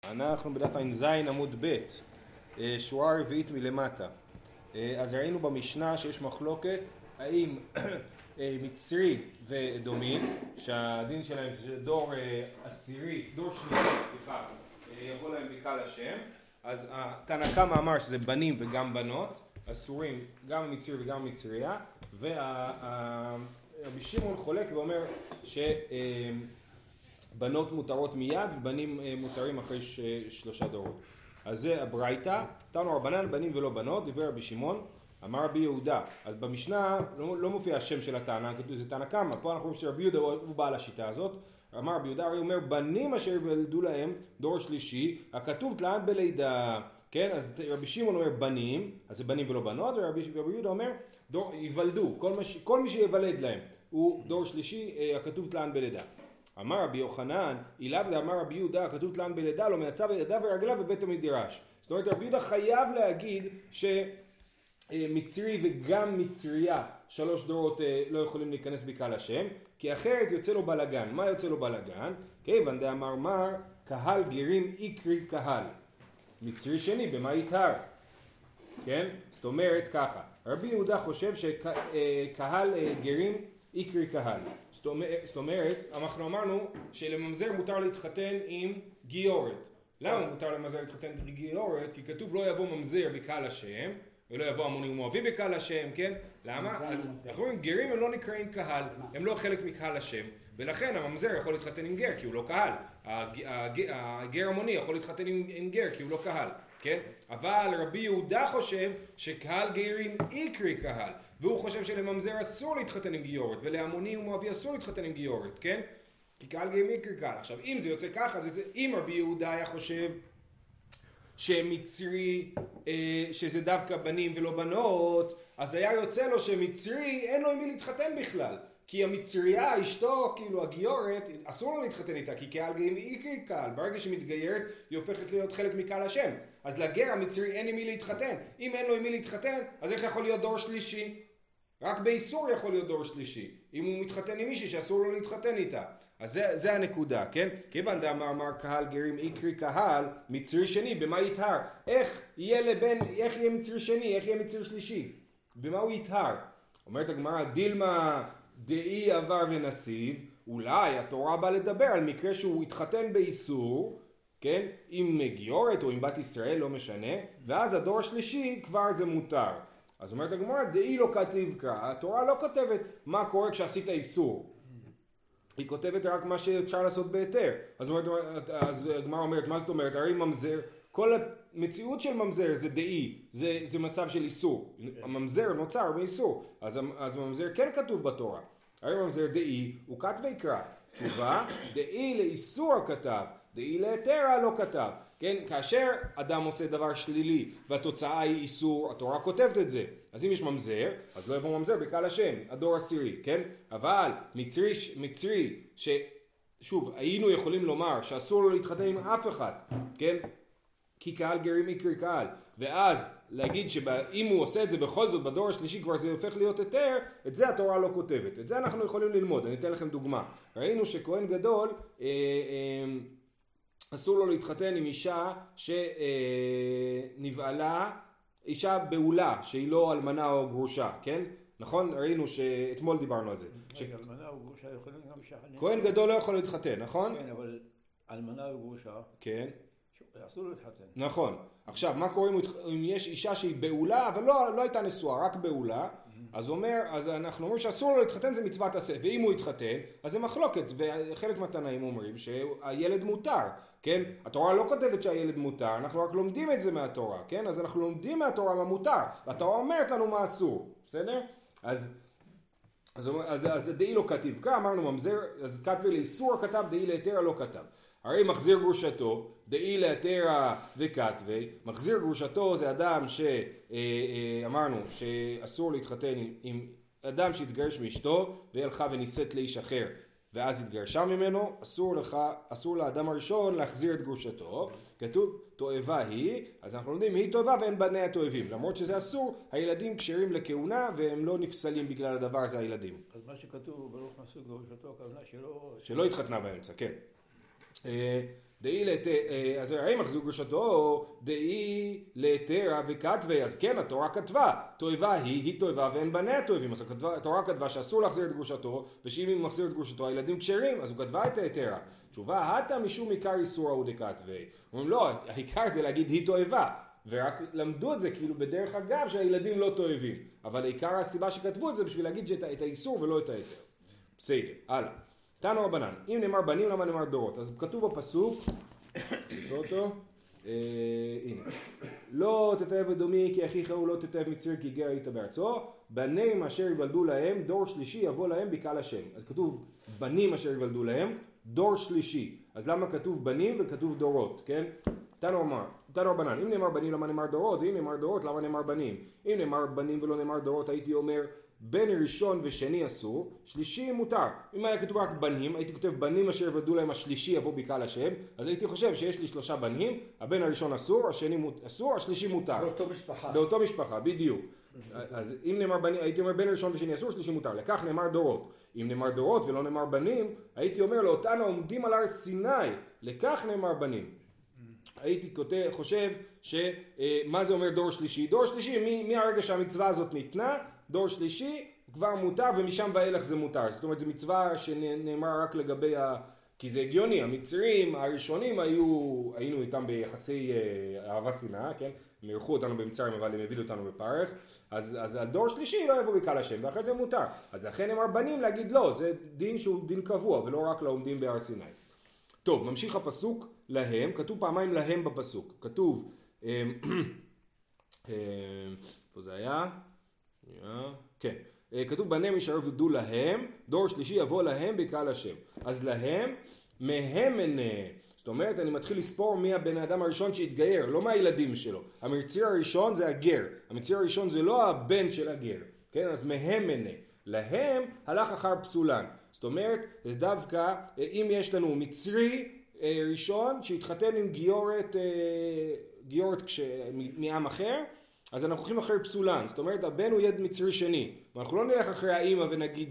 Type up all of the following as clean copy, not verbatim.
אנחנו בדף ע"ז עמוד ב', שורה רביעית מלמטה. אז ראינו במשנה שיש מחלוקת האם מצרי ואדומי, שהדין שלהם זה דור עשירי, דור שלישי, סליחה, יבוא להם בקהל השם. אז תנא קמא אמר שזה בנים וגם בנות, אסורים גם מצרי וגם מצריה, ורבי שמעון חולק ואומר בנות מותרות מיד ובנים מותרים אחרי 3 דורות. אז זה הברייתא, תנו רבנן בנים ולא בנות, דבר רבי שמעון, אמר רבי יהודה. אז במשנה לא מופיע השם של הטענה, כתוב זה תנא קמא, פה אנחנו רואים שרבי יהודה הוא בעל השיטה הזאת. אמר רבי יהודה, הרי אומר בנים אשר ייוולדו להם דור שלישי, הכתוב תלת בלידה. כן, אז רבי שמעון אומר בנים, אז זה בנים ולא בנות, ורבי יהודה אומר ייוולדו, כל מי שיוולד להם הוא דור שלישי, הכתוב תלת בלידה. אמר רבי יוחנן, אילאו אמר רבי יהודה, כתוב תלן בלידה, לא מייצב ידיו ורגליו ובית המדרש. זאת אומרת, רבי יהודה חייב להגיד שמצרי וגם מצריה 3 דורות לא יכולים להיכנס בקהל השם, כי אחרת יוצא לו בלגן. מה יוצא לו בלגן? כיוון דאמר מר, קהל גרים איקרי קהל. מצרי שני, במה יתהר? כן? זאת אומרת ככה, רבי יהודה חושב שקהל גרים איקרי קהל. זאת אומרת, אנחנו אמרנו שלממזר מותר להתחתן עם גיורת. למה מותר לממזר להתחתן עם גיורת? כי כתוב לא יבוא ממזר בקהל השם, ולא יבוא המוני ומואבי בקהל השם, כן? למה? אז אנחנו אומרים, גרים הם לא נקראים קהל, הם לא חלק מקהל השם, ולכן הממזר יכול להתחתן עם גר כי הוא לא קהל. הגר המוני יכול להתחתן עם גר כי הוא לא קהל, כן? אבל רבי יהודה חושב שקהל גרים איקרי קהל. והוא חושב שלממזר אסור להתחתן עם גיורת, ולהמוני ומואבי אסור להתחתן עם גיורת, כן? כי קהל גרים איקרי קהל. עכשיו, אם זה יוצא ככה, אם רבי יהודה היה חושב שמצרי, שזה דווקא בנים ולא בנות, אז היה יוצא לו שמצרי אין לו עם מי להתחתן בכלל. כי המצריה, אשתו, כאילו הגיורת, אסור לו להתחתן איתה, כי קהל גרים איקרי קהל. ברגע שמתגיירת, היא הופכת להיות חלק מקהל השם. אז לגר המצרי אין עם מי להתחתן. אם אין לו עם מי להתחתן, אז איך יכול להיות דור שלישי? רק באיסור יכול להיות דור שלישי, אם הוא מתחתן עם מישהי שאסור לו להתחתן איתה. אז זה הנקודה, כן? כיוון דאמר קהל גרים איקרי קהל, מצרי שני, במה יתהר? איך יהיה מצרי שני, איך יהיה מצרי שלישי? במה הוא יתהר? אומרת הגמרא, דילמה דאי עבר ונסיב, אולי התורה באה לדבר על מקרה שהוא התחתן באיסור, כן? עם גיורת או עם בת ישראל, לא משנה, ואז הדור השלישי כבר זה מותר. אז אומרת הגמרא, דאי לא כתיב קרא, התורה לא כותבת מה קורה כשעשית איסור. היא כותבת רק מה שאפשר לעשות בהיתר. אז הגמרא אומרת, מה זאת אומרת? הרי ממזר, כל המציאות של ממזר זה דאי, זה מצב של איסור. הממזר נוצר באיסור, אז ממזר כן כתוב בתורה. הרי ממזר דאי הוא כתבי קרא. תשובה, דאי לאיסור הכתב, דאי להיתר לא כתב. כן, כאשר אדם עושה דבר שלילי והתוצאה היא איסור, התורה כותבת את זה. אז אם יש ממזר, אז לא יבוא ממזר בקהל השם, הדור עשירי, כן? אבל מצרי, ששוב, היינו יכולים לומר שאסור לו להתחתן עם אף אחד, כן? כי קהל גרים איקרי קהל, ואז להגיד שאם הוא עושה את זה בכל זאת בדור השלישי כבר זה הופך להיות היתר, את זה התורה לא כותבת. את זה אנחנו יכולים ללמוד, אני אתן לכם דוגמה. ראינו שכהן גדול, אסור לו להתחתן עם אישה שנבעלה, אישה בעולה, שהיא לא אלמנה או גרושה, כן? נכון? ראינו שאתמול דיברנו על זה. אלמנה או גרושה יכולים גם שחנים. כהן גדול לא יכול להתחתן, נכון? כן, אבל אלמנה או גרושה. כן. אסור להתחתן. נכון. עכשיו, מה קורה אם יש אישה שהיא בעולה, אבל לא הייתה נשואה, רק בעולה, אז אנחנו אומרים שאסור לו להתחתן זה מצוות עשה, ואם הוא יתחתן, אז זה מחלוקת, וחלק מהתנאים אומרים שהילד מותר, כן? התורה לא כותבת שהילד מותר, אנחנו רק לומדים את זה מהתורה, כן? אז אנחנו לומדים מהתורה מה מותר, והתורה אומרת לנו מה אסור, בסדר? אז דאי לא כתיב קרא, אמרנו ממזר, אז כתבי לאיסור כתב, דאי להתר לא כתב. הרי מחזיר גרושתו, דאי להתרה וכתבי, מחזיר גרושתו זה אדם שאמרנו שאסור להתחתן עם אדם שהתגרש מאשתו והלכה ונישאת לאיש אחר ואז התגרשה ממנו, אסור לאדם הראשון להחזיר את גרושתו, כתוב תועבה היא, אז אנחנו יודעים היא תועבה ואין בניה תועבים, למרות שזה אסור, הילדים כשרים לכהונה והם לא נפסלים בגלל הדבר הזה הילדים. אז מה שכתוב ברוך נשוא גרושתו, הכוונה שלא התחתנה באמצע, כן. אז האם מחזור גרושתו, דאי להתרה וכתבי, אז כן, התורה כתבה, תועבה היא תועבה ואין בניה תועבים, אז התורה כתבה שאסור להחזיר את גרושתו, ושאם הוא מחזיר את גרושתו, הילדים כשרים, אז הוא כתבה את ההתרה. תשובה, הטה משום עיקר איסור ההוא דכתבי. אומרים לא, העיקר זה להגיד היא תועבה, ורק למדו את זה כאילו בדרך אגב שהילדים לא תועבים, אבל העיקר הסיבה שכתבו את זה בשביל להגיד את האיסור ולא את ההתר. בסדר, הלאה. תנו רבנן, אם נאמר בנים למה נאמר דורות? אז כתוב בפסוק, נמצא אותו, הנה, לא תתאהב אדומי כי אחיך הוא לא תתאהב מצרי כי גר היית בארצו, בנים אשר יוולדו להם דור שלישי יבוא להם בקהל השם. אז כתוב בנים אשר יוולדו להם דור שלישי, אז למה כתוב בנים וכתוב דורות, כן? תנו רבנן, אם נאמר בנים למה נאמר דורות, ואם נאמר דורות למה נאמר בנים? אם נאמר בנים ולא נאמר דורות הייתי אומר בן ראשון ושני אסור, שלישי מותר. אם היה כתוב רק בנים, הייתי כותב בנים אשר יוולדו להם השלישי יבוא בקהל השם, אז הייתי חושב שיש לי 3 בנים, הבן הראשון אסור, השני אסור, השלישי מותר. באותו משפחה, בדיוק. אז אם נאמר בנים, הייתי אומר בן ראשון ושני אסור, שלישי מותר. לכך נאמר דורות. אם נאמר דורות ולא נאמר בנים, הייתי אומר לאותנו עומדים על הר סיני, לכך נאמר בנים. הייתי חושב שמה זה אומר דור שלישי? דור שלישי, מהרגע שהמצווה הזאת ניתנה, דור שלישי כבר מותר ומשם ואילך זה מותר. זאת אומרת זו מצווה שנאמר רק לגבי כי זה הגיוני, המצרים הראשונים היינו איתם ביחסי אהבה שנאה, כן? הם אירחו אותנו במצרים אבל הם הביאו אותנו בפרך, אז הדור שלישי לא יבוא בקהל השם ואחרי זה מותר. אז לכן הם הבנים להגיד לא, זה דין שהוא דין קבוע ולא רק לעומדים בהר סיני. טוב, ממשיך הפסוק להם, כתוב פעמיים להם בפסוק, כתוב, איפה זה היה? כן, כתוב בנים אשר יוולדו להם, דור שלישי יבוא להם בקהל השם. אז להם, מהם הנה. זאת אומרת, אני מתחיל לספור מי הבן האדם הראשון שהתגייר, לא מהילדים שלו. המציר הראשון זה הגר, המציר הראשון זה לא הבן של הגר. כן, אז מהם הנה. להם הלך אחר פסולן. זאת אומרת, זה דווקא, אם יש לנו מצרי ראשון שהתחתן עם גיורת מעם אחר, אז אנחנו הולכים אחרי פסולן. זאת אומרת, הבן הוא ילד מצרי שני. ואנחנו לא נלך אחרי האמא ונגיד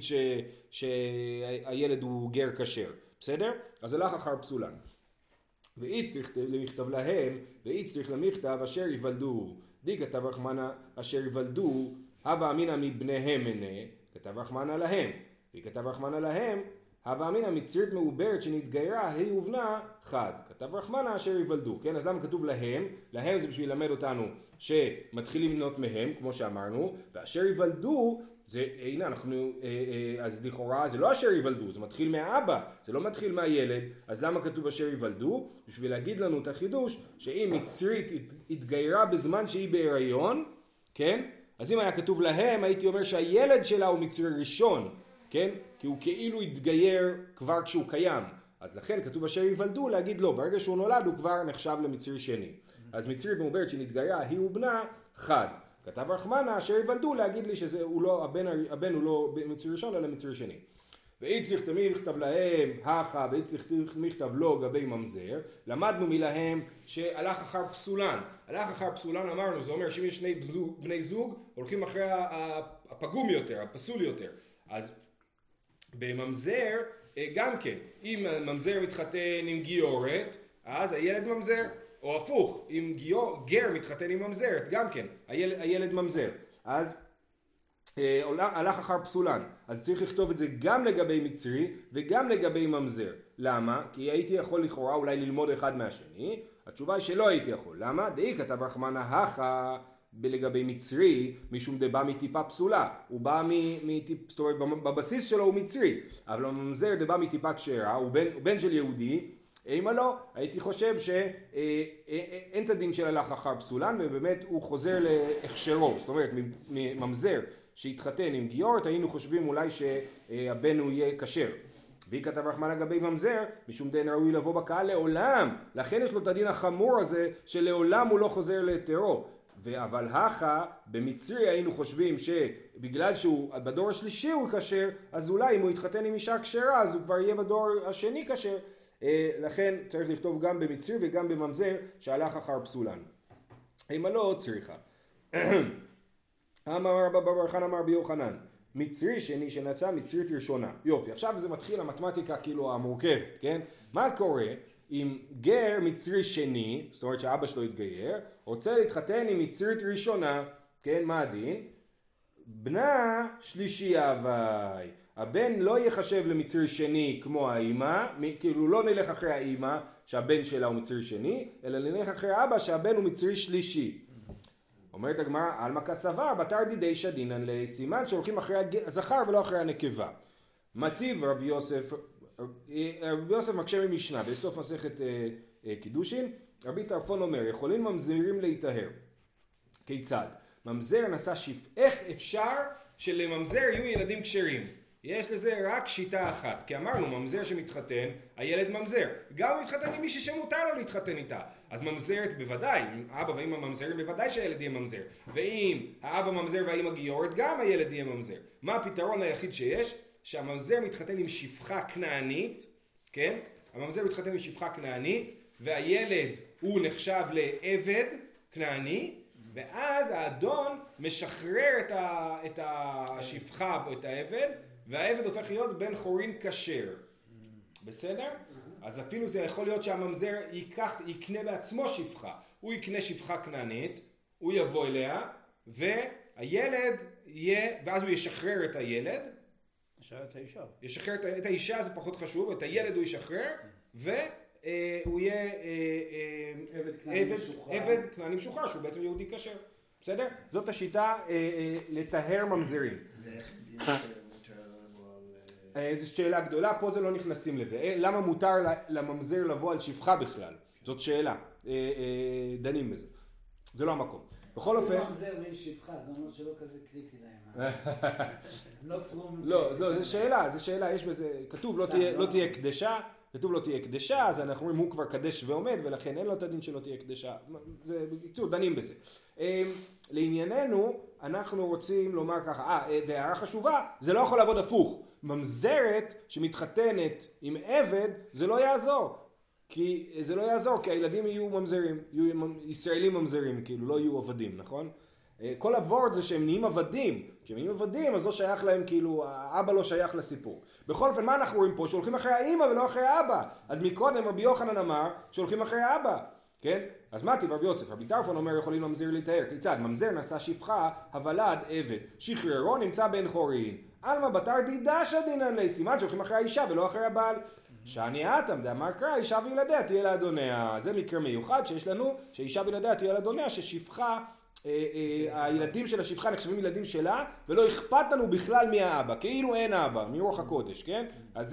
שהילד הוא גר כשר. בסדר? אז הלך אחר פסולן. ואי צריך למכתב להם, ואי צריך למכתב אשר יוולדו. די כתב רחמנה אשר יוולדו, הווה אמינא מבניהם הנה, כתב רחמנה להם. וכתב רחמנה להם, הווה אמינא מצרית מעוברת שנתגיירה, היא ובנה חד. כתב רחמנה אשר יוולדו. כן, אז למה כתוב להם? להם זה בשביל ללמד אותנו שמתחילים למנות מהם, כמו שאמרנו, ואשר יוולדו, זה, הנה, אז לכאורה זה לא אשר יוולדו, זה מתחיל מהאבא, זה לא מתחיל מהילד, אז למה כתוב אשר יוולדו? בשביל להגיד לנו את החידוש, שאם מצרית התגיירה בזמן שהיא בהיריון, כן? אז אם היה כתוב להם, הייתי אומר שהילד שלה הוא מצרי ראשון, כן? כי הוא כאילו התגייר כבר כשהוא קיים. אז לכן כתוב אשר יוולדו להגיד לא, ברגע שהוא נולד הוא כבר נחשב למצרי שני. אז מצרית מעוברת שנתגיירה היא ובנה חד. כתב רחמנה אשר יוולדו להגיד לי שהוא לא, הבן הוא לא מצרי ראשון אלא מצרי שני. ואי צריך תמיד לכתב להם הכה ואי צריך מכתב לו גבי ממזר. למדנו מלהם שהלך אחר פסולן. הלך אחר פסולן אמרנו, זה אומר שאם יש שני בני זוג הולכים אחרי הפגום יותר, הפסול יותר. אז בממזר גם כן, אם ממזר מתחתן עם גיורת, אז הילד ממזר, או הפוך, אם גר מתחתן עם ממזרת, גם כן, הילד ממזר. אז הלך אחר פסולן, אז צריך לכתוב את זה גם לגבי מצרי וגם לגבי ממזר. למה? כי הייתי יכול לכאורה אולי ללמוד אחד מהשני, התשובה היא שלא הייתי יכול. למה? דאי כתב רחמנה הכה לגבי מצרי, משום דבא מטיפה פסולה, הוא בא זאת אומרת בבסיס שלו הוא מצרי, אבל הממזר דבא מטיפה כשרה, הוא בן של יהודי, אימא לא, הייתי חושב שאין את הדין של הלך אחר פסולן, ובאמת הוא חוזר להכשרו, זאת אומרת ממזר שהתחתן עם גיורת, היינו חושבים אולי שהבן הוא יהיה כשר. והיא כתב רחמנה לגבי ממזר, משום דין ראוי לבוא בקהל לעולם, לכן יש לו את הדין החמור הזה, שלעולם הוא לא חוזר לתרו. אבל הכה במצרי היינו חושבים שבגלל שהוא בדור השלישי הוא כשר, אז אולי אם הוא יתחתן עם אישה כשרה אז הוא כבר יהיה בדור השני כשר. לכן צריך לכתוב גם במצרי וגם בממזר שהלך אחר פסולן. אם לא צריכה. אמר רבא בר חנא אמר רבי יוחנן, מצרי שני שנצא מצרית ראשונה. יופי, עכשיו זה מתחיל המתמטיקה כאילו המורכבת, כן? מה קורה אם גר מצרי שני, זאת אומרת שאבא שלו התגייר, רוצה להתחתן עם מצרית ראשונה, כן, מה הדין? בנה שלישי אבי. הבן לא יחשב למצרי שני כמו האמא, כאילו לא נלך אחרי האמא שהבן שלה הוא מצרי שני, אלא נלך אחרי האבא שהבן הוא מצרי שלישי. אומרת הגמרא, עלמא כסבר בתר דידי שדינן לסימן שהולכים אחרי הזכר ולא אחרי הנקבה. מטיב רבי יוסף, רבי יוסף מקשה ממשנה בסוף מסכת קידושין, רבי טרפון אומר, יכולים ממזרים להיטהר. כיצד? ממזר נשא איך אפשר שלממזר יהיו ילדים כשרים? יש לזה רק שיטה אחת, כי אמרנו ממזר שמתחתן, הילד ממזר, גם הוא מתחתן עם מישהי שמותר לו להתחתן איתה, אז ממזרת בוודאי, אם האבא ואמא ממזרים בוודאי שהילד יהיה ממזר, ואם האבא ממזר והאמא גיורת גם הילד יהיה ממזר. מה הפתרון היחיד שיש? שהממזר מתחתן עם שפחה כנענית, כן? הממזר מתחתן עם שפחה כנענית, והילד הוא נחשב לעבד כנעני, ואז האדון משחרר את השפחה או את העבד, והעבד הופך להיות בן חורין כשר. בסדר? אז אפילו זה יכול להיות שהממזר יקנה בעצמו שפחה. הוא יקנה שפחה כנענית, הוא יבוא אליה, והילד יהיה, ואז הוא ישחרר את הילד. ישחרר את האישה, זה פחות חשוב, את הילד הוא ישחרר, והוא יהיה עבד כנעני משוחרר, שהוא בעצם יהודי כשר. בסדר? זאת השיטה לטהר ממזרים. זו שאלה גדולה, פה זה לא נכנסים לזה. למה מותר לממזר לבוא על שפחה בכלל? זאת שאלה. דנים בזה. זה לא המקום. בכל אופן... ממזר ואין שפחה, זה אומר שלא כזה קריטי להם. לא, זה שאלה, יש בזה, כתוב לא תהיה קדשה, כתוב לא תהיה קדשה, אז אנחנו אומרים הוא כבר קדש ועומד, ולכן אין לו את הדין שלא תהיה קדשה. זה, בקיצור, דנים בזה. לענייננו, אנחנו רוצים לומר ככה, והערה חשובה, זה לא יכול לעבוד הפוך. ממזרת שמתחתנת עם עבד, זה לא יעזור. כי הילדים יהיו ממזרים, יהיו ישראלים ממזרים, כאילו לא יהיו עבדים, נכון? כל הוורד זה שהם נהיים עבדים. כשהם נהיים עבדים, אז לא שייך להם, כאילו, האבא לא שייך לסיפור. בכל אופן, מה אנחנו רואים פה? שהולכים אחרי האמא ולא אחרי האבא. אז מקודם רבי יוחנן אמר שהולכים אחרי האבא. כן? אז מה טיב רבי יוסף? רבי טרפון אומר יכולים ממזר להתאר. כיצד? ממזר נשא שפחה, הוולד עבד. שחררו נמצא בן חורין. עלמא בתר דידה שדינן לי. סימן שהולכים אחרי האישה ולא אחרי הבעל. שאני אתם דאמר קרא, אישה וילדיה תהיה לאדוניה. זה מקרה מיוחד שיש לנו, שאישה וילדיה תהיה לאדוניה, ששפחה, הילדים של השפחה נחשבים ילדים שלה, ולא אכפת לנו בכלל מי האבא, כאילו אין אבא, מרוח הקודש, כן? אז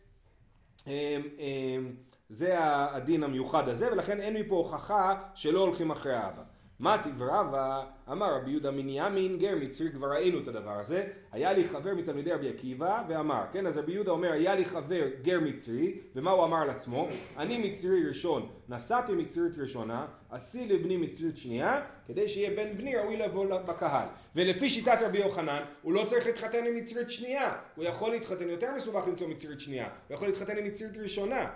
זה הדין המיוחד הזה, ולכן אין מפה הוכחה שלא הולכים אחרי האבא. מה תברבה? אמר רבי יהודה מנימין גר מצרי, כבר ראינו את הדבר הזה, היה לי חבר מתלמידי רבי עקיבא ואמר, כן, אז רבי יהודה אומר היה לי חבר גר מצרי, ומה הוא אמר לעצמו? אני מצרי ראשון, נסעתי מצרית ראשונה, עשי לבני מצרית שנייה, כדי שיהיה בן בני ראוי לבוא בקהל. ולפי שיטת רבי יוחנן, הוא לא צריך להתחתן עם מצרית שנייה, הוא יכול להתחתן, יותר מסובך למצוא מצרית שנייה, הוא יכול להתחתן עם מצרית ראשונה,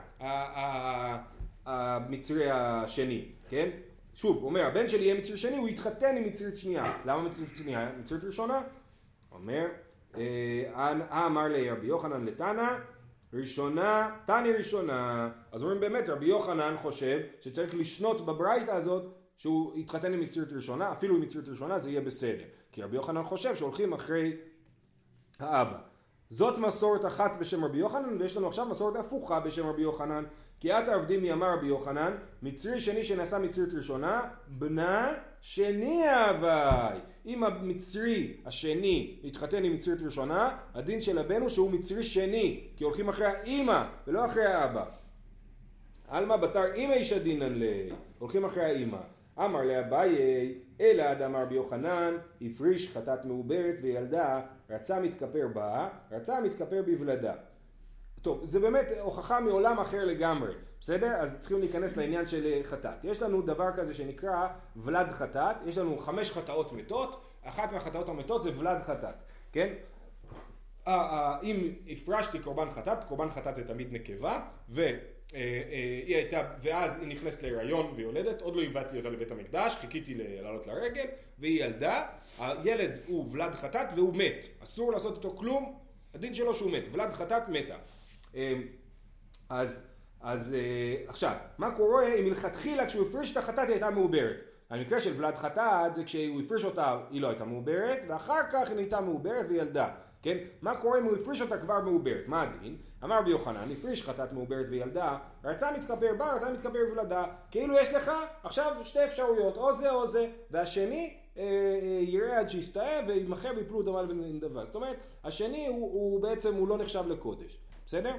המצרי השני, כן? שוב, הוא אומר, הבן שלי יהיה מצרית שני, הוא יתחתן עם מצרית שנייה. למה מצרית שנייה? מצרית ראשונה? אומר, אמר לי רבי יוחנן לתנא, ראשונה, תני ראשונה. אז אומרים באמת, רבי יוחנן חושב שצריך לשנות בברייתא הזאת, שהוא יתחתן עם מצרית ראשונה, אפילו עם מצרית ראשונה זה יהיה בסדר. כי רבי יוחנן חושב שהולכים אחרי האבא. זאת מסורת אחת בשם רבי יוחנן, ויש לנו עכשיו מסורת הפוכה בשם רבי יוחנן. כי את העבדים יאמר רבי יוחנן, מצרי שני שנעשה מצרית ראשונה, בנה שני אבי. אם המצרי השני התחתן עם מצרית ראשונה, הדין של הבן הוא שהוא מצרי שני, כי הולכים אחרי האמא ולא אחרי האבא. עלמא בתר אמא אישה דינן לי, הולכים אחרי האמא. אמר לאביי, אלא אמר רבי יוחנן, הפריש חטאת מעוברת וילדה, רצה מתכפר בה, רצה מתכפר בוולדה. טוב, זה באמת הוכחה מעולם אחר לגמרי, בסדר? אז צריכים להיכנס לעניין של חטאת. יש לנו דבר כזה שנקרא ולד חטאת, יש לנו 5 חטאות מתות, אחת מהחטאות המתות זה ולד חטאת, כן? אם הפרשתי קורבן חטאת זה תמיד נקבה, ואז היא נכנסת להיריון ויולדת, עוד לא הבאתי אותה לבית המקדש, חיכיתי לעלות לרגל, והיא ילדה, הילד הוא ולד חטאת והוא מת, אסור לעשות איתו כלום, הדין שלו שהוא מת, ולד חטאת מתה. אז אז עכשיו, מה קורה אם מלכתחילה כשהוא הפריש את החטאת היא הייתה מעוברת? המקרה של ולד חטאת זה כשהוא הפריש אותה היא לא הייתה מעוברת, ואחר כך היא נהייתה מעוברת וילדה, כן? מה קורה אם הוא הפריש אותה כבר מעוברת? מה הדין? אמר רבי יוחנן, הפריש חטאת מעוברת וילדה, רצה מתקבר בה, רצה מתקבר ולדה, כאילו יש לך עכשיו שתי אפשרויות, או זה או זה, והשני יראה עד שיסתאב וימחר ויפלו דמה ונדבה. זאת אומרת, השני הוא בעצם הוא לא נחשב לקודש, בסדר?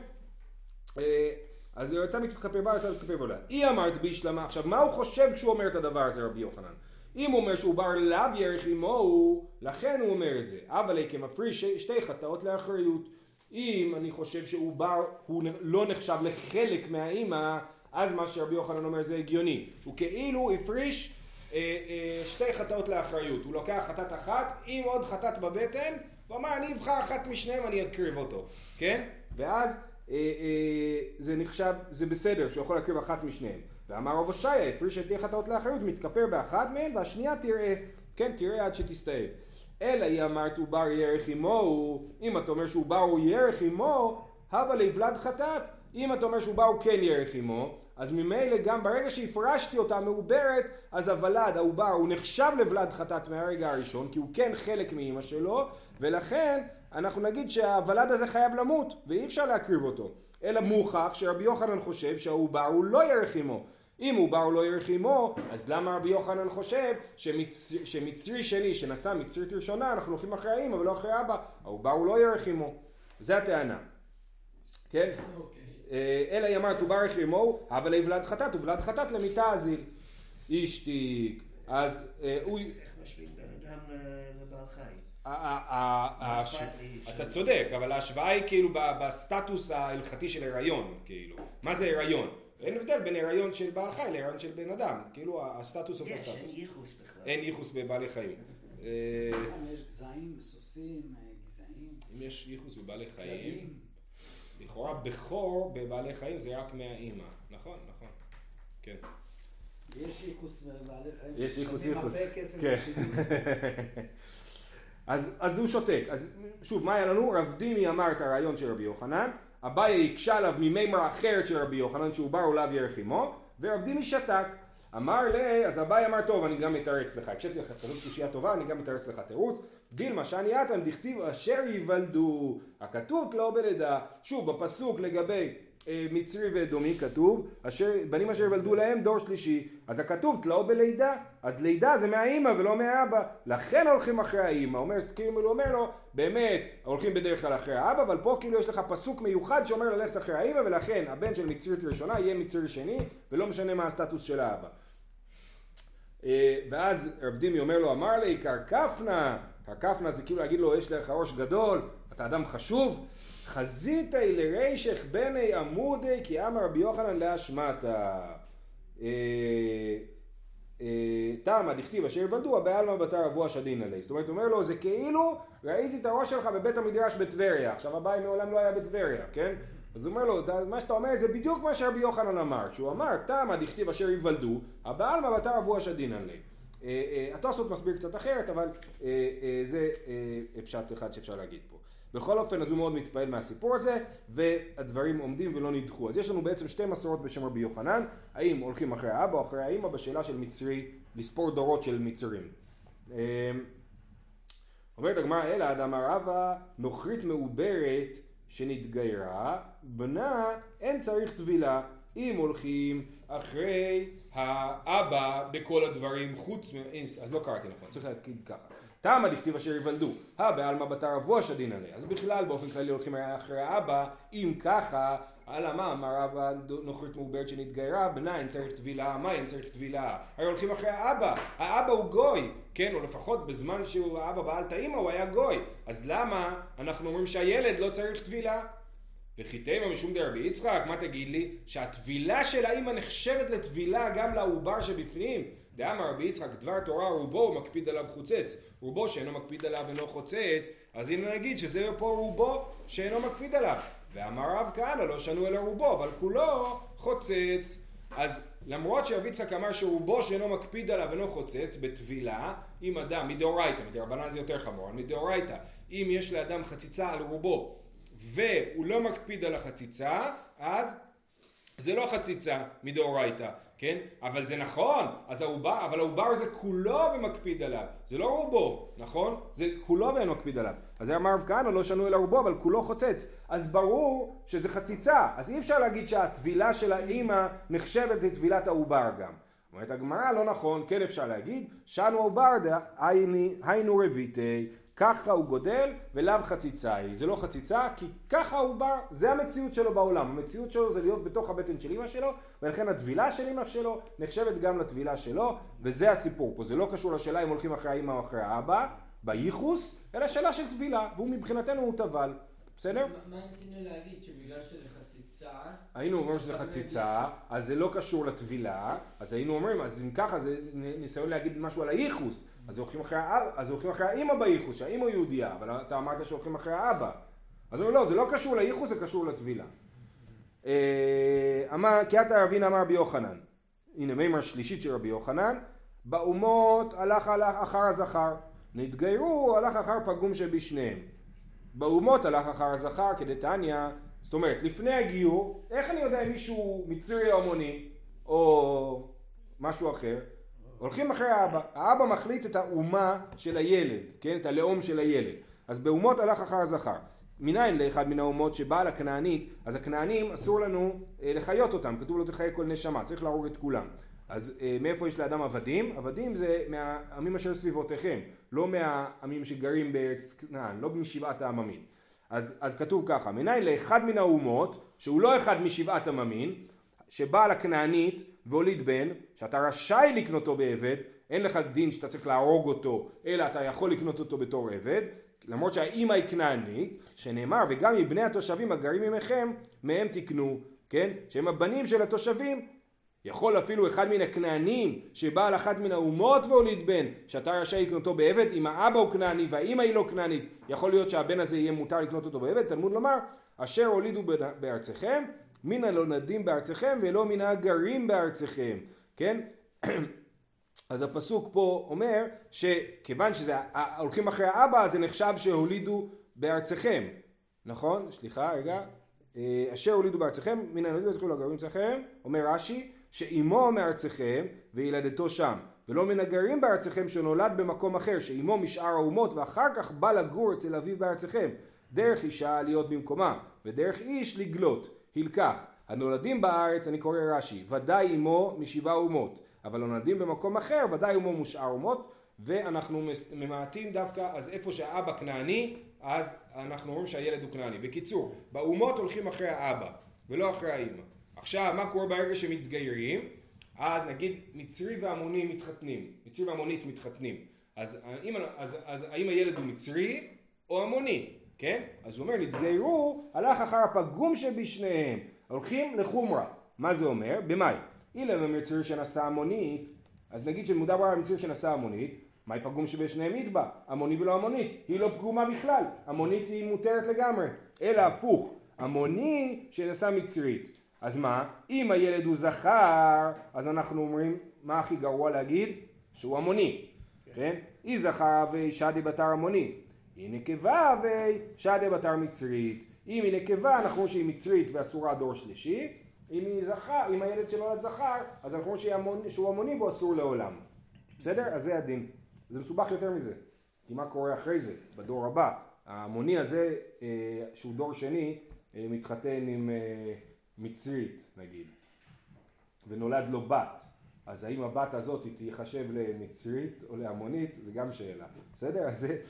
אז הוא רצה מתקפר בה, רצה מתקפר ולדה. היא אמרת בישלמה, עכשיו מה הוא חושב כשהוא אומר את הדבר הזה רבי יוחנן? אם הוא אומר שהוא בר לאו ירך עמו, לכן הוא אומר את זה. אבל כמפריש שתי חטאות לאחריות. אם אני חושב שהוא בר, הוא לא נחשב לחלק מהאימא, אז מה שרבי יוחנן אומר זה הגיוני. הוא כאילו הפריש שתי חטאות לאחריות. הוא לוקח חטאת אחת עם עוד חטאת בבטן, הוא אמר אני אבחר אחת משניהם, אני אקריב אותו. כן? ואז זה נחשב, זה בסדר שהוא יכול להקריב אחת משניהם. ואמר רב הושעיה, הפריש שתי חטאות לאחריות, מתכפר באחת מהן, והשנייה תראה, כן, תראה עד שתסתאב. אלא היא אמרת הוא בר ירך עמו, אם אתה אומר שהוא בר הוא ירך עמו, הווה לבלד חטאת. אם אתה אומר שהוא בר הוא כן ירך עמו, אז ממילא גם ברגע שהפרשתי אותה מעוברת, אז הוולד, העובר, הוא נחשב לבלד חטאת מהרגע הראשון, כי הוא כן חלק מאמא שלו, ולכן אנחנו נגיד שהוולד הזה חייב למות, ואי אפשר להקריב אותו. אלא מוכח שרבי יוחנן חושב שהעובר הוא לא ירך עמו. אם הוא בר לא ירך עמו, אז למה רבי יוחנן חושב שמצרי שני שנשא מצרית ראשונה אנחנו הולכים אחרי האמא ולא אחרי אבא, העובר הוא לא ירך עמו. זה הטענה. כן? אלא היא אמרת הוא בר ירך עמו, אבל לבלד חטאת, ובלד חטאת למיתה אזיל. השתיק. אז הוא... איך משווים בן אדם לבעל חי? אתה צודק, אבל ההשוואה היא כאילו בסטטוס ההלכתי של הריון, כאילו. מה זה הריון? אין הבדל בין הריון של בעל חי להריון של בן אדם, כאילו הסטטוס אותו סטטוס. אין ייחוס בכלל. אין ייחוס בבעלי חיים. יש גזעים, סוסים, גזעים. אם יש ייחוס בבעלי חיים, לכאורה בכור בבעלי חיים זה רק מהאימא. נכון, נכון. כן. יש ייחוס בבעלי חיים. יש ייחוס. הרבה כסף כן. בשידור. אז הוא שותק. אז שוב, מה היה לנו? רב דימי אמר את הרעיון של רבי יוחנן, אביי יקשה עליו ממימרה אחרת של רבי יוחנן שהוא בר אליו ירך עמו, ורב דימי שתק. אמר לי, אז אביי אמר טוב, אני גם מתרץ לך. הקשבתי לך כזאת קושייה טובה, אני גם מתרץ לך תירוץ. דילמה שאני אתם דכתיב אשר ייוולדו, הכתוב לא בלידה. שוב, בפסוק לגבי מצרי ואדומי כתוב, בנים אשר ייוולדו להם דור שלישי. אז הכתוב תלאו בלידה, אז לידה זה מהאימא ולא מהאבא, לכן הולכים אחרי האימא. הוא אומר לו, באמת הולכים בדרך כלל אחרי האבא, אבל פה כאילו יש לך פסוק מיוחד שאומר ללכת אחרי האימא, ולכן הבן של מצרית ראשונה יהיה מצרי שני, ולא משנה מה הסטטוס של האבא. ואז רב דימי אומר לו, אמר לי, קרקפנה זה כאילו להגיד לו, יש לך ראש גדול, אתה אדם חשוב, חזיתי לרישך בני עמודי כי אמר רבי יוחנן להשמטה. תמה דכתיב אשר ייוולדו בעלמא בתר אבוה שדין עלי. זאת אומרת, הוא אומר לו, זה כאילו ראיתי את הראש שלך בבית המדרש בטבריה. עכשיו אביי מעולם לא היה בטבריה, כן? אז הוא אומר לו, מה שאתה אומר זה בדיוק מה שרבי יוחנן אמר. שהוא אמר, תמה דכתיב אשר ייוולדו בעלמא בתר אבוה שדין עלי. התוספות מסביר קצת אחרת, אבל זה פשט אחד שאפשר להגיד פה. בכל אופן, אז הוא מאוד מתפעל מהסיפור הזה, והדברים עומדים ולא נדחו. אז יש לנו בעצם שתי מסורות בשם רבי יוחנן, האם הולכים אחרי האבא או אחרי האמא בשאלה של מצרי, לספור דורות של מצרים. אומרת הגמרא, אלא אדם רבא נוכרית מעוברת שנתגיירה, בנה אין צריך טבילה. אם הולכים אחרי האבא בכל הדברים חוץ, אז לא קראתי נכון, צריך להגיד ככה. תמה דכתיב אשר ייוולדו, בעלמא בתר אבוה שדין עלי. אז בכלל באופן כללי הולכים אחרי האבא, אם ככה, על מה אמר אבא נוכרית מעוברת שנתגיירה, בנה אין צריך טבילה, מה אין צריך טבילה? הרי הולכים אחרי האבא, האבא הוא גוי, כן, או לפחות בזמן שהוא האבא בעל תאימה הוא היה גוי, אז למה אנחנו אומרים שהילד לא צריך טבילה? וכי תימא משום דרבי יצחק, מה תגיד לי? שהטבילה של האמא נחשבת לטבילה גם לעובר שבפנים? דאמר רבי יצחק דבר תורה רובו הוא מקפיד עליו חוצץ, רובו שאינו מקפיד עליו אינו חוצץ, אז אם נגיד שזה פה רובו שאינו מקפיד עליו. ואמר רב כהנא לא שנו אלא רובו, אבל כולו חוצץ. אז למרות שרבי יצחק אמר שרובו שאינו מקפיד עליו אינו חוצץ, בטבילה, אם אדם מדאורייתא, מדרבנן זה יותר חמור, מדאורייתא, אם יש לאדם חציצה על רובו והוא לא מקפיד על החציצה, אז זה לא חציצה מדאורייתא, כן? אבל זה נכון, אז אבל העובר זה כולו ומקפיד עליו, זה לא רובו, נכון? זה כולו ומקפיד עליו. אז זה אמר רב כהנא, לא שנו אלא רובו, אבל כולו חוצץ. אז ברור שזה חציצה, אז אי אפשר להגיד שהטבילה של האמא נחשבת לטבילת העובר גם. אומרת הגמרא, לא נכון, כן אפשר להגיד, שנו העובר היינו רביתי, ככה הוא גודל ולאו חציצה היא. זה לא חציצה כי ככה העובר, זה המציאות שלו בעולם. המציאות שלו זה להיות בתוך הבטן של אמא שלו, ולכן הטבילה של אמא שלו נחשבת גם לטבילה שלו, וזה הסיפור פה. זה לא קשור לשאלה אם הולכים אחרי האמא או אחרי האבא, בייחוס, אלא שאלה של טבילה, והוא מבחינתנו הוא טבל. בסדר? מה ניסינו להגיד? שבגלל שזה חציצה... היינו אומרים שזה חציצה, אז זה לא קשור לטבילה, אז היינו אומרים, אז אם ככה זה ניסיון להגיד משהו על הייחוס, אז הולכים אחרי האמא בייחוס, שהאמא יהודייה, אבל אתה אמרת שהולכים אחרי האבא. אז אומרים, לא, זה לא קשור לייחוס, זה קשור לטבילה. כי אתה רבין אמר רבי יוחנן, הנה מימר שלישית של רבי יוחנן, באומות הלך אחר הזכר, נתגיירו הלך אחר פגום שבשניהם. באומות הלך אחר הזכר כדתניא, זאת אומרת, לפני הגיור, איך אני יודע אם מישהו מצרי או המוני, או משהו אחר, הולכים אחרי האבא. האבא מחליט את האומה של הילד, כן? את הלאום של הילד. אז באומות הלך אחר הזכר. מניין לאחד מן האומות שבא לכנענית, אז הכנענים אסור לנו לחיות אותם, כתוב לו תחיה כל נשמה, צריך להרוג את כולם. אז מאיפה יש לאדם עבדים? עבדים זה מהעמים אשר סביבותיכם, לא מהעמים שגרים בארץ כנען, לא משבעת העממים. אז כתוב ככה, מניין לאחד מן האומות, שהוא לא אחד משבעת עממים, שבא לכנענית והוליד בן, שאתה רשאי לקנותו בעבד, אין לך דין שאתה צריך להרוג אותו, אלא אתה יכול לקנות אותו בתור עבד, למרות שהאמא היא כנענית, שנאמר, וגם מבני התושבים הגרים עמכם, מהם תקנו, כן? שהם הבנים של התושבים, יכול אפילו אחד מן הכנענים שבא על אחת מן האומות והוליד בן, שאתה רשאי לקנות אותו בעבד, אם האבא הוא כנעני והאמא היא לא כנענית, יכול להיות שהבן הזה יהיה מותר לקנות אותו בעבד. תלמוד לומר, אשר הולידו בארצכם, מן הלונדים בארצכם ולא מן הגרים בארצכם, כן? אז הפסוק פה אומר שכיוון שזה הולכים אחרי האבא, זה נחשב שהולידו בארצכם, נכון? סליחה, רגע. אשר הולידו בארצכם, מן הלונדים בארצכם ולא הגרים בארצכם, אומר רש"י, שאימו מארצכם וילדתו שם, ולא מן הגרים בארצכם שנולד במקום אחר, שאימו משאר האומות ואחר כך בא לגור אצל אביו בארצכם. דרך אישה להיות במקומה, ודרך איש לגלות. הלקח, הנולדים בארץ, אני קורא רש"י, ודאי אימו משבעה אומות, אבל הנולדים במקום אחר, ודאי אימו משאר אומות, ואנחנו ממעטים דווקא, אז איפה שהאבא כנעני, אז אנחנו אומרים שהילד הוא כנעני. בקיצור, באומות הולכים אחרי האבא, ולא אחרי האמא. עכשיו, מה קורה ברגע שמתגיירים? אז נגיד מצרי והמוני מתחתנים, מצרי והמונית מתחתנים. אז האם הילד הוא מצרי או המוני? כן? אז הוא אומר, נתגיירו, הלך אחר הפגום שבשניהם. הולכים לחומרה. מה זה אומר? במאי. אילא במצרי שנשא המונית, אז נגיד שמודבר על מצרי שנשא המונית, מהי פגום שבשניהם יתבע? המוני ולא המונית. היא לא פגומה בכלל. המונית היא מותרת לגמרי. אלא הפוך. המוני שנשא מצרית. אז מה? אם הילד הוא זכר, אז אנחנו אומרים, מה הכי גרוע להגיד? שהוא המוני. כן? היא זכר ושדי בתר המוני. היא נקבה ושדי בתר מצרית. אם היא נקבה, אנחנו אומרים שהיא מצרית ואסורה דור שלישי. אם היא זכר, אם הילד שלו עד זכר, אז אנחנו אומרים שהוא המוני והוא אסור לעולם. בסדר? אז זה הדין. זה מסובך יותר מזה. כי מה קורה אחרי זה? בדור הבא. המוני הזה, שהוא דור שני, מתחתן עם מצרית, נגיד. ונולד לו בת. אז האם הבת הזאת תיחשב למצרית או להמונית, זה גם שאלה. בסדר? אז זה,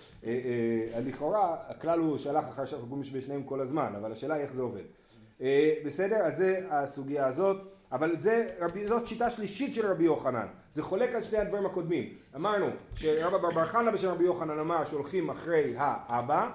לכאורה, הכלל הוא שלח אחר שפגום בשניהם כל הזמן, אבל השאלה היא איך זה עובד. בסדר? אז זה הסוגיה הזאת, אבל זאת שיטה שלישית של רבי יוחנן. זה חולק על שני הדברים הקודמים. אמרנו שרבא בר חנא בשם רבי יוחנן אמר שהולכים אחרי האבא,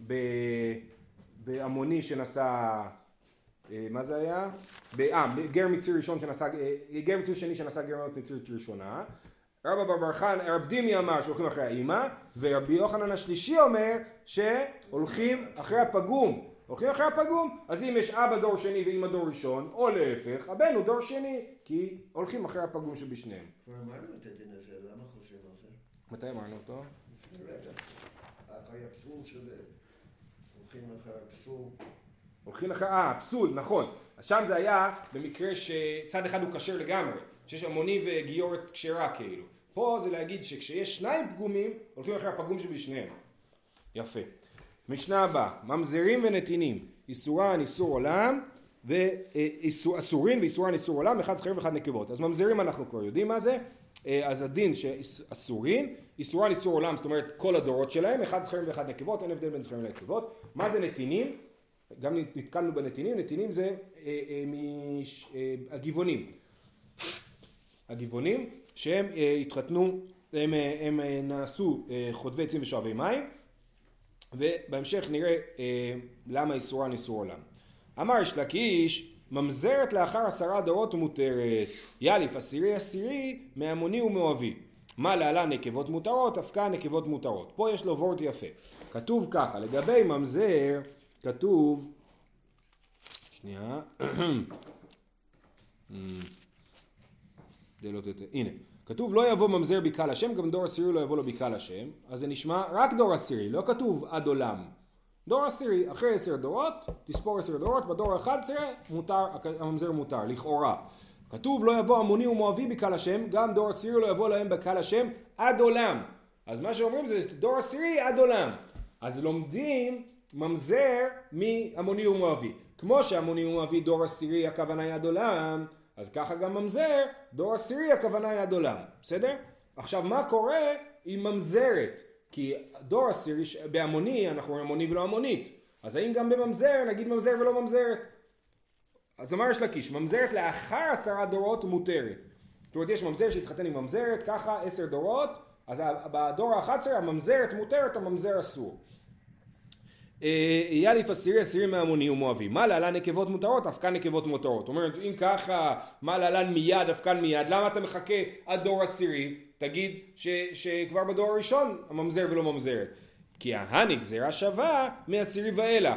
בהמוני שנשא, מה זה היה? גר מצרי ראשון שנשא, גר מצרי שני שנשא גר מצרית ראשונה. רב דימי אמר שהולכים אחרי האמא, ורבי יוחנן השלישי אומר שהולכים אחרי הפגום. הולכים אחרי הפגום, אז אם יש אבא דור שני ואמא דור ראשון, או להפך, הבן הוא דור שני, כי הולכים אחרי הפגום שבשניהם. כבר אמרנו את הדין הזה, למה חוזרים על זה? מתי אמרנו אותו? לפני רגע. אחרי הפסול של... הולכים אחרי הפסול הולכים אחר, פסול, נכון. אז שם זה היה במקרה שצד אחד הוא כשר לגמרי, שיש המוני וגיורת כשרה כאילו. פה זה להגיד שכשיש שניים פגומים, הולכים אחרי הפגום שבשניהם. יפה. משנה הבאה, ממזרים ונתינים, איסורן איסור עולם, ואסורין ואיסורן איסור עולם, אחד זכרים ואחד נקבות. אז ממזרים אנחנו כבר יודעים מה זה, אז הדין שאסורין, איסורן איסור עולם, זאת אומרת כל הדורות שלהם, אחד זכרים ואחד נקבות, אין הבדל בין זכרים לנקבות. מה זה נתינים? גם נתקלנו בנתינים, נתינים זה הגבעונים. הגבעונים שהם התחתנו, הם נעשו חוטבי עצים ושואבי מים, ובהמשך נראה למה איסורן איסור עולם. אמר יש לקיש, ממזרת לאחר 10 דורות מותרת, יאליף עשירי מהמוני ומאוהבי. מה להלן נקבות מותרות, אבקה נקבות מותרות. פה יש לו וורט יפה. כתוב ככה, לגבי ממזר, כתוב, שנייה, הנה, כתוב לא יבוא ממזר בקהל השם, גם דור עשירי לא יבוא לו בקהל השם, אז זה נשמע רק דור עשירי, לא כתוב עד עולם. דור עשירי, אחרי 10 דורות, תספור 10 דורות, בדור 11 מותר, הממזר מותר, לכאורה. כתוב לא יבוא המוני ומואבי בקהל השם, גם דור עשירי לא יבוא להם בקהל השם עד עולם. אז מה שאומרים זה דור עשירי עד עולם. אז לומדים ממזר מהמוני ומואבי. כמו שהמוני ומואבי דור עשירי הכוונה היא עד עולם, אז ככה גם ממזר, דור עשירי הכוונה היא עד עולם. בסדר? עכשיו מה קורה עם ממזרת? כי דור עשירי, בהמוני אנחנו רואים המוני ולא המונית. אז האם גם בממזר נגיד ממזר ולא ממזרת? אז אמר יש לקיש, ממזרת לאחר 10 דורות מותרת. זאת אומרת יש ממזר שהתחתן עם ממזרת, ככה 10 דורות, אז בדור ה-11 הממזרת מותרת, הממזר אסור. יאליף עשירי מהמוני ומואבי. מה להלן נקבות מותרות? אבקה נקבות מותרות. זאת אומרת אם ככה, מה להלן מיד, אבקן מיד, למה אתה מחכה עד דור עשירי? תגיד שכבר בדור הראשון הממזר ולא ממזרת. כי הגזרה שווה מעשירי ואילך.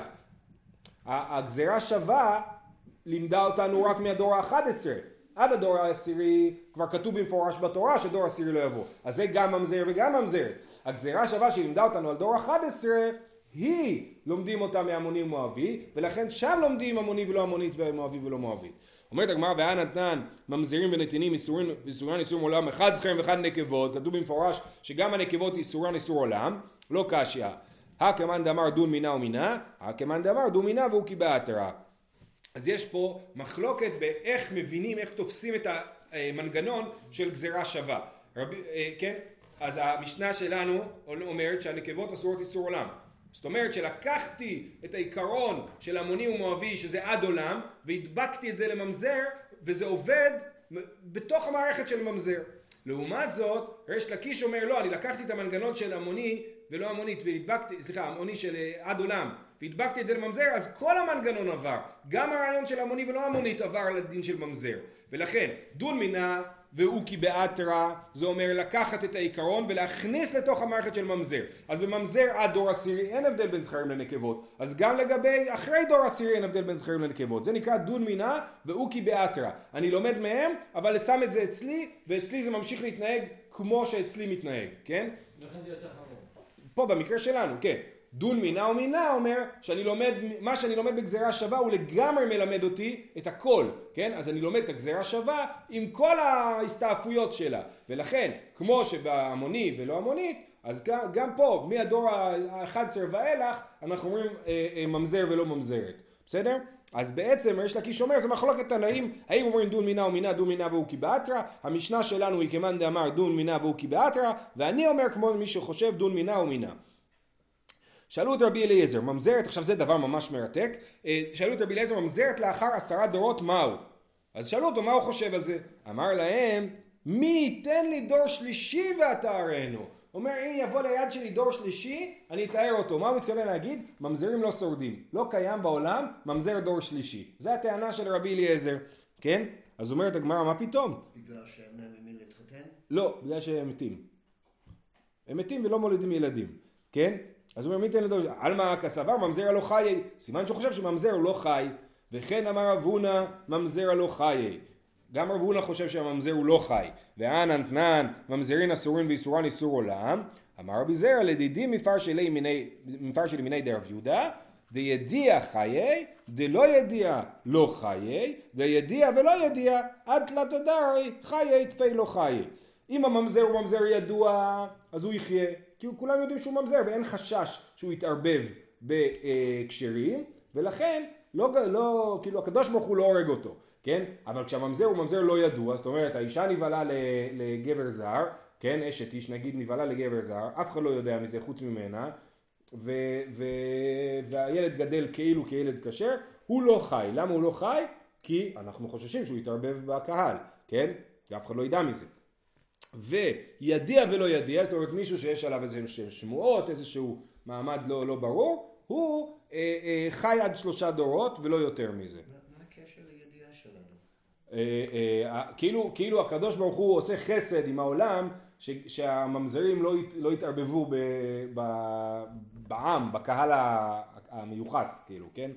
הגזרה שווה לימדה אותנו רק מהדור ה-11. עד הדור העשירי כבר כתוב במפורש בתורה שדור עשירי לא יבוא. אז זה גם ממזר וגם ממזרת. הגזרה שווה שלימדה אותנו על דור ה-11 היא לומדים אותה מהמוני ומואבי, ולכן שם לומדים המוני ולא המונית ומואבי ולא מואבי. אומרת הגמרא והאה נתנן ממזרים ונתינים איסורן איסור עולם, אחד זכרים ואחד נקבות, כתוב במפורש שגם הנקבות איסורן איסור עולם, לא קשיא. כמאן דאמר דון מינה ומינה, כמאן דאמר דון מינה והוא קיבע התרה. אז יש פה מחלוקת באיך מבינים, איך תופסים את המנגנון של גזרה שווה. כן? אז המשנה שלנו אומרת שהנקבות אסורות איסור עולם. זאת אומרת שלקחתי את העיקרון של המוני ומואבי שזה עד עולם והדבקתי את זה לממזר וזה עובד בתוך המערכת של ממזר. לעומת זאת, ריש לקיש אומר לא, אני לקחתי את המנגנון של המוני ולא המונית והדבקתי, המוני של עד עולם והדבקתי את זה לממזר, אז כל המנגנון עבר. גם הרעיון של המוני ולא המונית עבר לדין של ממזר. ולכן, דון מינה והוא קיבע התרה, זה אומר לקחת את העיקרון ולהכניס לתוך המערכת של ממזר. אז בממזר עד דור עשירי אין הבדל בין זכרים לנקבות. אז גם לגבי אחרי דור עשירי אין הבדל בין זכרים לנקבות. זה נקרא דון מינה והוא קיבע התרה. אני לומד מהם, אבל שם את זה אצלי, ואצלי זה ממשיך להתנהג כמו שאצלי מתנהג, כן? לכן זה יותר חמור. פה במקרה שלנו, כן. דון מינה ומינה אומר שאני לומד, מה שאני לומד בגזרה שווה הוא לגמרי מלמד אותי את הכל, כן? אז אני לומד את הגזרה שווה עם כל ההסתעפויות שלה, ולכן כמו שבהמוני ולא המונית, אז גם פה מהדור ה-11 ואילך אנחנו אומרים ממזר ולא ממזרת, בסדר? אז בעצם יש לקיש אומר זה מחלוקת תנאים, האם אומרים דון מינה ומינה, דון מינה והוא קיבע התרה, המשנה שלנו היא כמאן דאמר דון מינה והוא קיבע התרה, ואני אומר כמו מי שחושב דון מינה ומינה. שאלו את רבי אליעזר, ממזרת, עכשיו זה דבר ממש מרתק, שאלו את רבי אליעזר, ממזרת לאחר 10 דורות מהו? אז שאלו אותו מה הוא חושב על זה? אמר להם, מי ייתן לי דור שלישי ואתארנו? אומר, אם יבוא ליד שלי דור שלישי, אני אתאר אותו. מה הוא מתכוון להגיד? ממזרים לא שורדים. לא קיים בעולם ממזר דור שלישי. זה הטענה של רבי אליעזר, כן? אז אומרת הגמרא, מה פתאום? בגלל שאין להם עם מי להתחתן? לא, בגלל שהם מתים. הם מתים ולא מולידים ילדים, כן? אז הוא אומר, מי תן לדור? אלמה כסבר, ממזר לא חיי. סימן שהוא חושב שממזר הוא לא חי. וכן אמר רב הונא, ממזר לא חיי. גם רב הונא חושב שהממזר הוא לא חי. והאנן תנן, ממזרין אסורין ואיסורן איסור עולם. אמר רבי זרע, לדידים מפר שלי מיני דרב יהודה. דידיע חיי, דלא ידיע לא חיי, דידיע ולא ידיע, עד תלת הדרי, חיי תפי לא חיי. אם הממזר הוא ממזר ידוע, אז הוא יחיה, כי כולם יודעים שהוא ממזר, ואין חשש שהוא יתערבב בקשרים, ולכן כאילו הקדוש ברוך הוא לא הורג אותו, כן? אבל כשהממזר הוא ממזר לא ידוע, זאת אומרת, האישה נבהלה לגבר זר, כן? אשת איש נגיד נבהלה לגבר זר, אף אחד לא יודע מזה חוץ ממנה, והילד גדל כאילו כילד כשר, הוא לא חי. למה הוא לא חי? כי אנחנו חוששים שהוא יתערבב בקהל, כן? כי אף אחד לא ידע מזה. וידיע ולא ידיע, זאת אומרת מישהו שיש עליו איזה שמועות, איזשהו מעמד לא ברור, הוא חי עד 3 דורות ולא יותר מזה. מה הקשר לידיעה שלנו? כאילו הקדוש ברוך הוא עושה חסד עם העולם, שהממזרים לא יתערבבו בעם, בקהל המיוחס, כאילו, כן?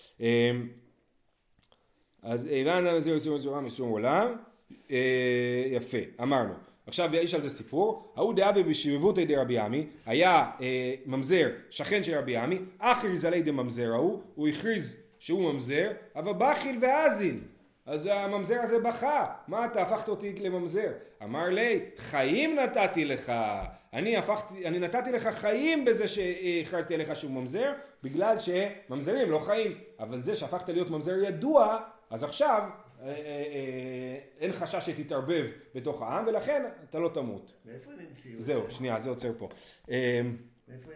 אז הבנת הממזר מסום עולם, יפה, אמרנו. עכשיו יש על זה סיפור, ההוא דאבי בשבבות ידי רבי עמי, היה ממזר שכן של רבי עמי, אחר זלי דממזר הוא הכריז שהוא ממזר, אבל בכיל ואזיל. אז הממזר הזה בכה, מה אתה הפכת אותי לממזר? אמר לי, חיים נתתי לך, אני נתתי לך חיים בזה שהכרזתי עליך שהוא ממזר, בגלל שממזרים לא חיים, אבל זה שהפכת להיות ממזר ידוע, אז עכשיו אין חשש שתתערבב בתוך העם, ולכן אתה לא תמות. מאיפה הם המציאו את זה? זהו, שנייה, זה עוצר פה. מאיפה הם